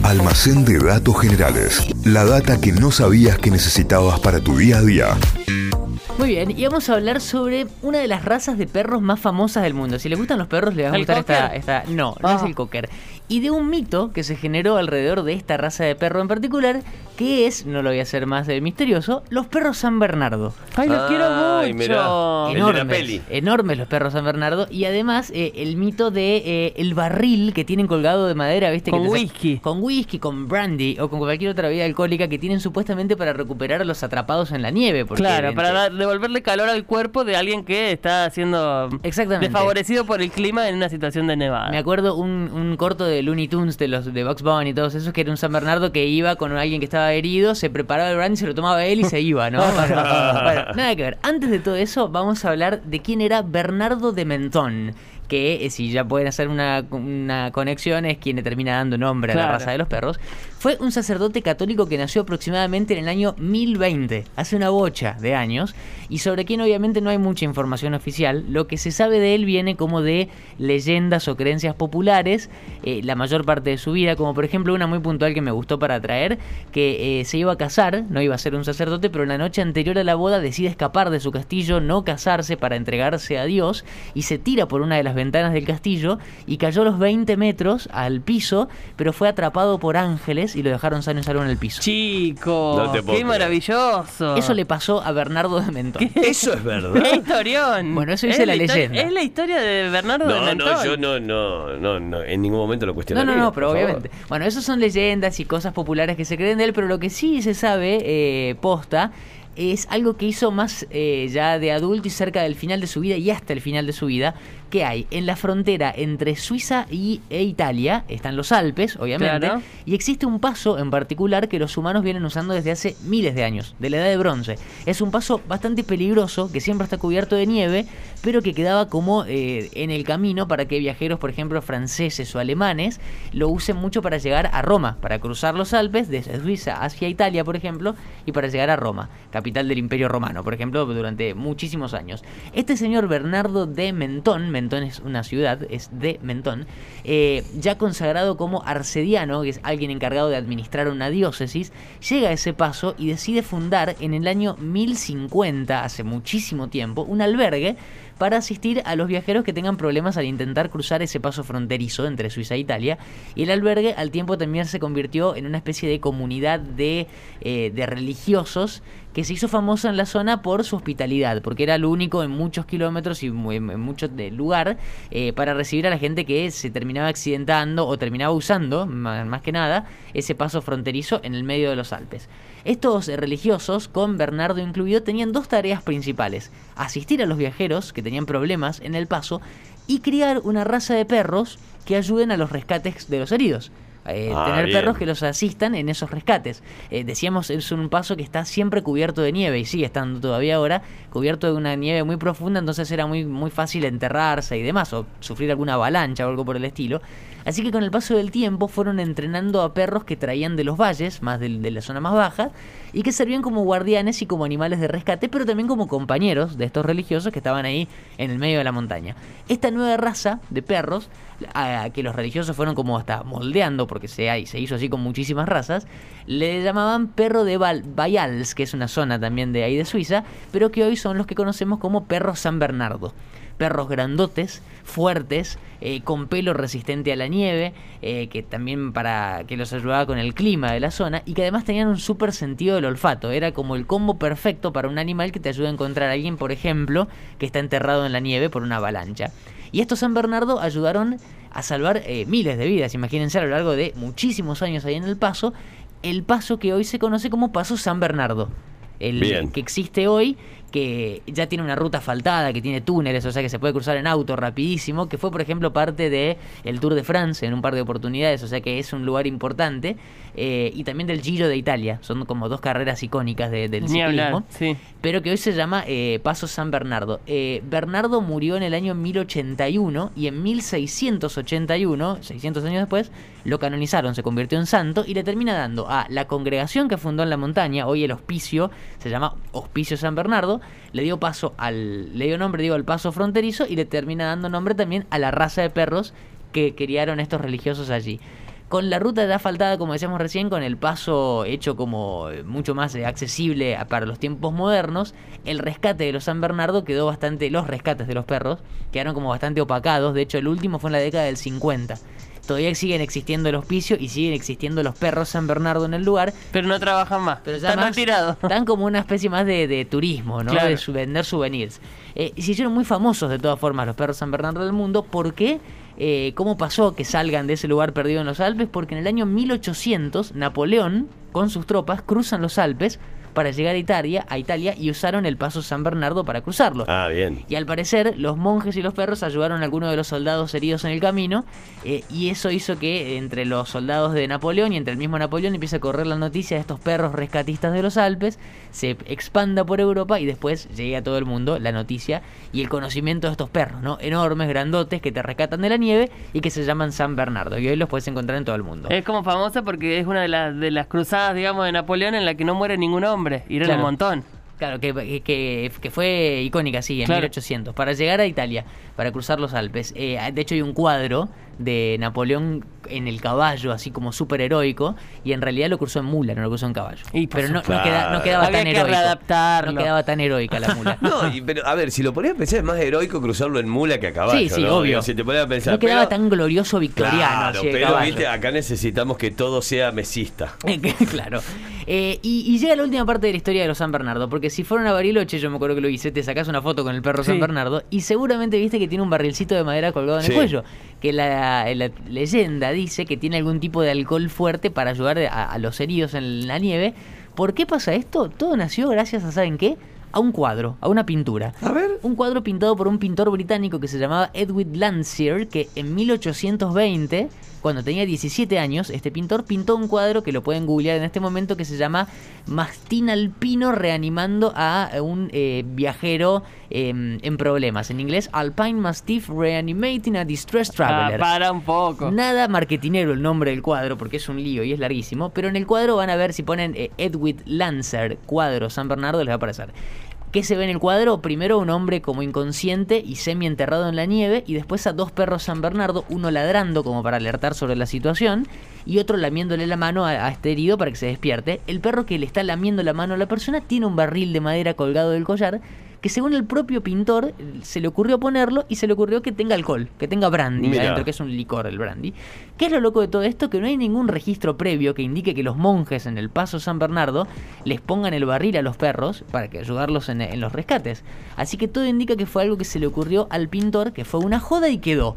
Almacén de datos generales. La data que no sabías que necesitabas para tu día a día. Muy bien, y vamos a hablar sobre una de las razas de perros más famosas del mundo. Si les gustan los perros, les va a gustar esta... No es el cocker. Y de un mito que se generó alrededor de esta raza de perro en particular, que es, no lo voy a hacer más de misterioso, los perros San Bernardo. ¡Ay, los quiero mucho! Enormes, enormes los perros San Bernardo. Y además, el mito de el barril que tienen colgado de madera, ¿viste? Con whisky. Con whisky, con brandy o con cualquier otra bebida alcohólica que tienen supuestamente para recuperar a los atrapados en la nieve. Claro, para devolverle calor al cuerpo de alguien que está siendo desfavorecido por el clima en una situación de nevada. Me acuerdo un corto de Looney Tunes de Bugs Bunny y todos esos, que era un San Bernardo que iba con alguien que estaba herido, se preparaba el brandy, se lo tomaba él y se iba, ¿no? Bueno, nada que ver. Antes de todo eso, vamos a hablar de quién era Bernardo de Menthon, que si ya pueden hacer una conexión, es quien le termina dando nombre a la raza de los perros. Fue un sacerdote católico que nació aproximadamente en el año 1020, hace una bocha de años, y sobre quien obviamente no hay mucha información oficial. Lo que se sabe de él viene como de leyendas o creencias populares, la mayor parte de su vida, como por ejemplo una muy puntual que me gustó para traer, que se iba a casar, no iba a ser un sacerdote, pero la noche anterior a la boda decide escapar de su castillo, no casarse para entregarse a Dios, y se tira por una de las ventanas del castillo y cayó los 20 metros al piso, pero fue atrapado por ángeles y lo dejaron sano y salvo en el piso. ¡Chico! ¡Qué maravilloso! Eso le pasó a Bernardo de Menthon. ¿Eso es verdad? ¡Qué historión! Bueno, eso dice la leyenda. Es la historia de Bernardo de Menthon. No, yo no, en ningún momento lo cuestionaría. No, pero obviamente. Bueno, eso son leyendas y cosas populares que se creen de él, pero lo que sí se sabe, posta, es algo que hizo más ya de adulto y cerca del final de su vida y hasta el final de su vida, que hay en la frontera entre Suiza e Italia, están los Alpes, obviamente, y existe un paso en particular que los humanos vienen usando desde hace miles de años, de la edad de bronce. Es un paso bastante peligroso, que siempre está cubierto de nieve, pero que quedaba como en el camino para que viajeros, por ejemplo, franceses o alemanes, lo usen mucho para llegar a Roma, para cruzar los Alpes desde Suiza hacia Italia, por ejemplo, y para llegar a Roma, capital del Imperio Romano, por ejemplo, durante muchísimos años. Este señor Bernardo de Menthon es una ciudad, es de Menthon, ya consagrado como arcediano, que es alguien encargado de administrar una diócesis, llega a ese paso y decide fundar en el año 1050, hace muchísimo tiempo, un albergue para asistir a los viajeros que tengan problemas al intentar cruzar ese paso fronterizo entre Suiza e Italia. Y el albergue al tiempo también se convirtió en una especie de comunidad de religiosos que se hizo famosa en la zona por su hospitalidad, porque era lo único en muchos kilómetros y en mucho lugar para recibir a la gente que se terminaba accidentando o terminaba usando, más que nada, ese paso fronterizo en el medio de los Alpes. Estos religiosos, con Bernardo incluido, tenían dos tareas principales: asistir a los viajeros que tenían problemas en el paso y criar una raza de perros que ayuden a los rescates de los heridos. Tener perros que los asistan en esos rescates. Decíamos, es un paso que está siempre cubierto de nieve y sigue estando todavía ahora cubierto de una nieve muy profunda, entonces era muy, muy fácil enterrarse y demás, o sufrir alguna avalancha o algo por el estilo. Así que con el paso del tiempo fueron entrenando a perros que traían de los valles, más de la zona más baja, y que servían como guardianes y como animales de rescate, pero también como compañeros de estos religiosos que estaban ahí en el medio de la montaña. Esta nueva raza de perros, que los religiosos fueron como hasta moldeando, porque se hizo así con muchísimas razas, le llamaban perro de Bayals, que es una zona también de ahí de Suiza, pero que hoy son los que conocemos como perros San Bernardo. Perros grandotes, fuertes, con pelo resistente a la nieve, que también para que los ayudaba con el clima de la zona, y que además tenían un súper sentido del olfato. Era como el combo perfecto para un animal que te ayuda a encontrar a alguien, por ejemplo, que está enterrado en la nieve por una avalancha. Y estos San Bernardo ayudaron a salvar miles de vidas, imagínense, a lo largo de muchísimos años ahí en el paso que hoy se conoce como Paso San Bernardo. El que existe hoy, que ya tiene una ruta asfaltada, que tiene túneles, o sea que se puede cruzar en auto rapidísimo, que fue por ejemplo parte de el Tour de France en un par de oportunidades, o sea que es un lugar importante, y también del Giro de Italia. Son como dos carreras icónicas del ciclismo, hablar, sí. Pero que hoy se llama Paso San Bernardo. Bernardo murió en el año 1081 y en 1681, 600 años después, lo canonizaron, se convirtió en santo y le termina dando a la congregación que fundó en la montaña, hoy el hospicio, se llama Hospicio San Bernardo, le dio nombre al paso fronterizo y le termina dando nombre también a la raza de perros que criaron estos religiosos allí. Con la ruta ya asfaltada, como decíamos recién, con el paso hecho como mucho más accesible para los tiempos modernos, el rescate de los San Bernardo quedó bastante, los rescates de los perros quedaron como bastante opacados. De hecho, el último fue en la década del 50. Todavía siguen existiendo el hospicio y siguen existiendo los perros San Bernardo en el lugar. Pero no trabajan más, pero ya están retirados. Están como una especie más de turismo, ¿no? Claro. De vender souvenirs. Y se hicieron muy famosos de todas formas los perros San Bernardo del mundo. ¿Por qué? ¿Cómo pasó que salgan de ese lugar perdido en los Alpes? Porque en el año 1800 Napoleón con sus tropas cruzan los Alpes para llegar a Italia y usaron el paso San Bernardo para cruzarlo. Ah, bien. Y al parecer los monjes y los perros ayudaron a algunos de los soldados heridos en el camino, y eso hizo que entre los soldados de Napoleón y entre el mismo Napoleón empiece a correr la noticia de estos perros rescatistas de los Alpes, se expanda por Europa y después llegue a todo el mundo la noticia y el conocimiento de estos perros, ¿no? Enormes, grandotes, que te rescatan de la nieve y que se llaman San Bernardo, y hoy los puedes encontrar en todo el mundo. Es como famosa porque es una de las cruzadas, digamos, de Napoleón en la que no muere ningún hombre. Y era un montón. Claro, que fue icónica, sí, en 1800, para llegar a Italia, para cruzar los Alpes. De hecho hay un cuadro de Napoleón en el caballo, así como súper heroico, y en realidad lo cruzó en mula, no lo cruzó en caballo. Pero no quedaba tan heroico. No quedaba tan heroica la mula. No, pero a ver, si lo ponías a pensar, es más heroico cruzarlo en mula que a caballo. Sí, ¿no? obvio. Si te ponías a pensar, no quedaba tan glorioso victoriano. Claro, pero viste, acá necesitamos que todo sea mesista. Claro. Y llega la última parte de la historia de los San Bernardo, porque si fueron a Bariloche, yo me acuerdo que lo hice, te sacás una foto con el perro San Bernardo y seguramente viste que tiene un barrilcito de madera colgado en el cuello, que la leyenda dice que tiene algún tipo de alcohol fuerte para ayudar a los heridos en la nieve. ¿Por qué pasa esto? Todo nació gracias a, ¿saben qué? A un cuadro, a una pintura. A ver. Un cuadro pintado por un pintor británico que se llamaba Edwin Landseer, que en 1820, cuando tenía 17 años, este pintor pintó un cuadro que lo pueden googlear en este momento, que se llama Mastín Alpino reanimando a un viajero en problemas. En inglés, Alpine Mastiff Reanimating a Distressed Traveler. Para un poco. Nada marketinero el nombre del cuadro, porque es un lío y es larguísimo, pero en el cuadro van a ver, si ponen Edwin Landseer, cuadro San Bernardo, les va a aparecer. ¿Qué se ve en el cuadro? Primero un hombre como inconsciente y semi-enterrado en la nieve, y después a dos perros San Bernardo, uno ladrando como para alertar sobre la situación y otro lamiéndole la mano a este herido para que se despierte. El perro que le está lamiendo la mano a la persona tiene un barril de madera colgado del collar, que según el propio pintor se le ocurrió ponerlo y se le ocurrió que tenga alcohol, que tenga brandy adentro, que es un licor el brandy. ¿Qué es lo loco de todo esto? Que no hay ningún registro previo que indique que los monjes en el paso San Bernardo les pongan el barril a los perros para que ayudarlos en los rescates. Así que todo indica que fue algo que se le ocurrió al pintor, que fue una joda y quedó.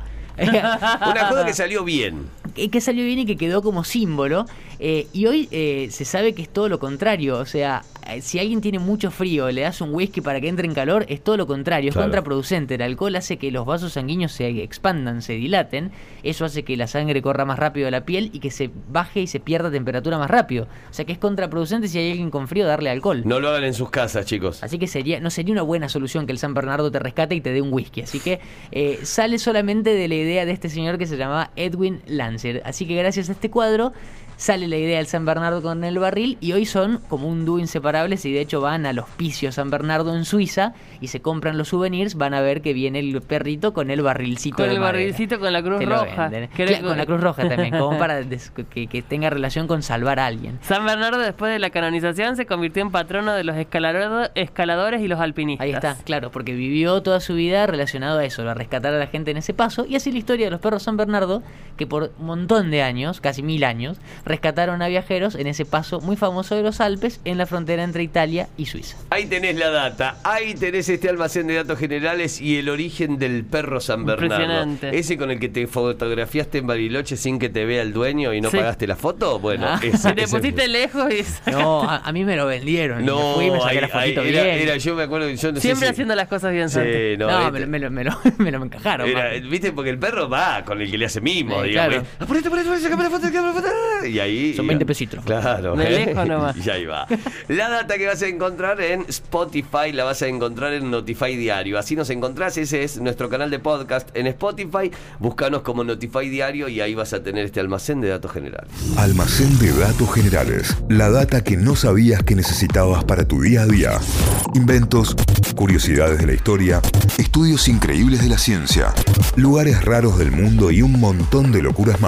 Una joda que salió bien. Que salió bien y que quedó como símbolo. Y hoy se sabe que es todo lo contrario. O sea, si alguien tiene mucho frío, le das un whisky para que entre en calor, es todo lo contrario, es contraproducente. El alcohol hace que los vasos sanguíneos se expandan, se dilaten. Eso hace que la sangre corra más rápido a la piel y que se baje y se pierda temperatura más rápido. O sea que es contraproducente si hay alguien con frío darle alcohol. No lo hagan en sus casas, chicos. Así que no sería una buena solución que el San Bernardo te rescate y te dé un whisky. Así que sale solamente de la idea de este señor que se llamaba Edwin Landseer. Así que gracias a este cuadro sale la idea del San Bernardo con el barril, y hoy son como un dúo inseparables, y de hecho van al Hospicio San Bernardo en Suiza y se compran los souvenirs. Van a ver que viene el perrito con el barrilcito de madera. Con el barrilcito, con la Cruz Roja. Con la Cruz Roja también, como para que tenga relación con salvar a alguien. San Bernardo, después de la canonización, se convirtió en patrono de los escaladores y los alpinistas. Ahí está, claro, porque vivió toda su vida relacionado a eso, a rescatar a la gente en ese paso. Y así la historia de los perros San Bernardo, que por un montón de años, casi 1000 años, rescataron a viajeros en ese paso muy famoso de los Alpes, en la frontera entre Italia y Suiza. Ahí tenés la data, ahí tenés este almacén de datos generales y el origen del perro San Bernardo. Impresionante. Ese con el que te fotografiaste en Bariloche sin que te vea el dueño y no pagaste la foto. Bueno, ese, te pusiste lejos y... No, a mí me lo vendieron. No, fui y me saqué la fotito bien. Yo me acuerdo, yo no siempre sé haciendo las cosas bien. Sí, no, me lo encajaron. Viste, porque el perro va con el que le hace mimo, digamos. Claro. Ponete, sacame la foto. Y ahí... Son 20 pesitos. Claro. De lejos nomás. Y ahí va. La data que vas a encontrar en Spotify la vas a encontrar en Notify Diario. Así nos encontrás, ese es nuestro canal de podcast en Spotify. Búscanos como Notify Diario y ahí vas a tener este almacén de datos generales. Almacén de datos generales. La data que no sabías que necesitabas para tu día a día. Inventos, curiosidades de la historia, estudios increíbles de la ciencia, lugares raros del mundo y un montón de locuras más.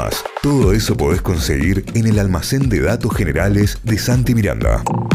Todo eso podés conseguir en el almacén de datos generales de Santi Miranda.